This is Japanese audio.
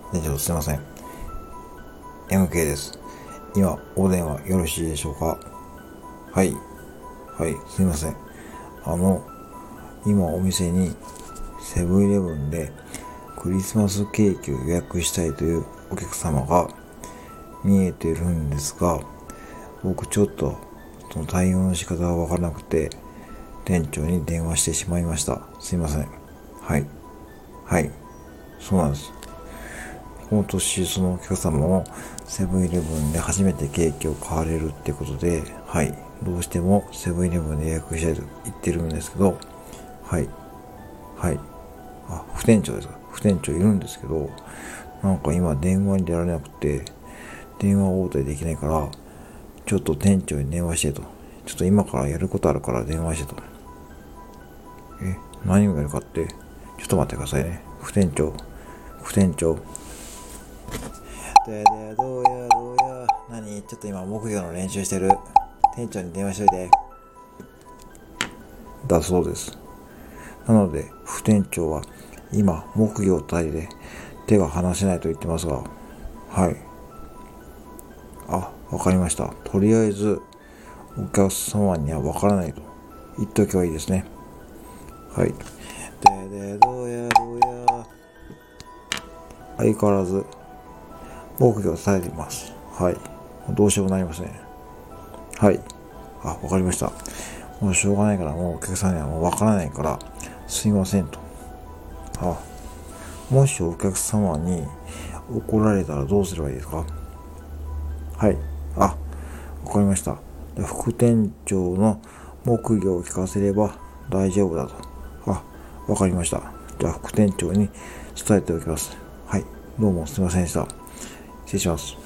店長すいません。MK です。今、お電話よろしいでしょうか？はい。はい、すいません。今お店にセブンイレブンでクリスマスケーキを予約したいというお客様が見えているんですが、僕ちょっとその対応の仕方がわからなくて、店長に電話してしまいました。すいません。はい。はい。そうなんです。今年そのお客様もセブンイレブンで初めてケーキを買われるってことで、はい。どうしてもセブンイレブンで予約したいと言ってるんですけど、はい。はい。副店長ですか？副店長いるんですけど、なんか今電話に出られなくて、電話応対できないから、ちょっと店長に電話してと。ちょっと今からやることあるから電話してと。何をやるかって、ちょっと待ってくださいね。副店長。どうや。ちょっと今木魚の練習してる。店長に電話しといて。だそうです。なので、副店長は今木魚体で手が離せないと言ってますが、はい。わかりました。とりあえず、お客様にはわからないと言っておけばいいですね。はい。どうや。相変わらず、木魚を伝えています。はい。どうしようもなりません。はい。わかりました。もうしょうがないから、もうお客さんにはもうわからないから、すいませんと。もしお客様に怒られたらどうすればいいですか？はい。わかりました。副店長の木魚を聞かせれば大丈夫だと。わかりました。じゃあ副店長に伝えておきます。はい。どうもすいませんでした。失礼します。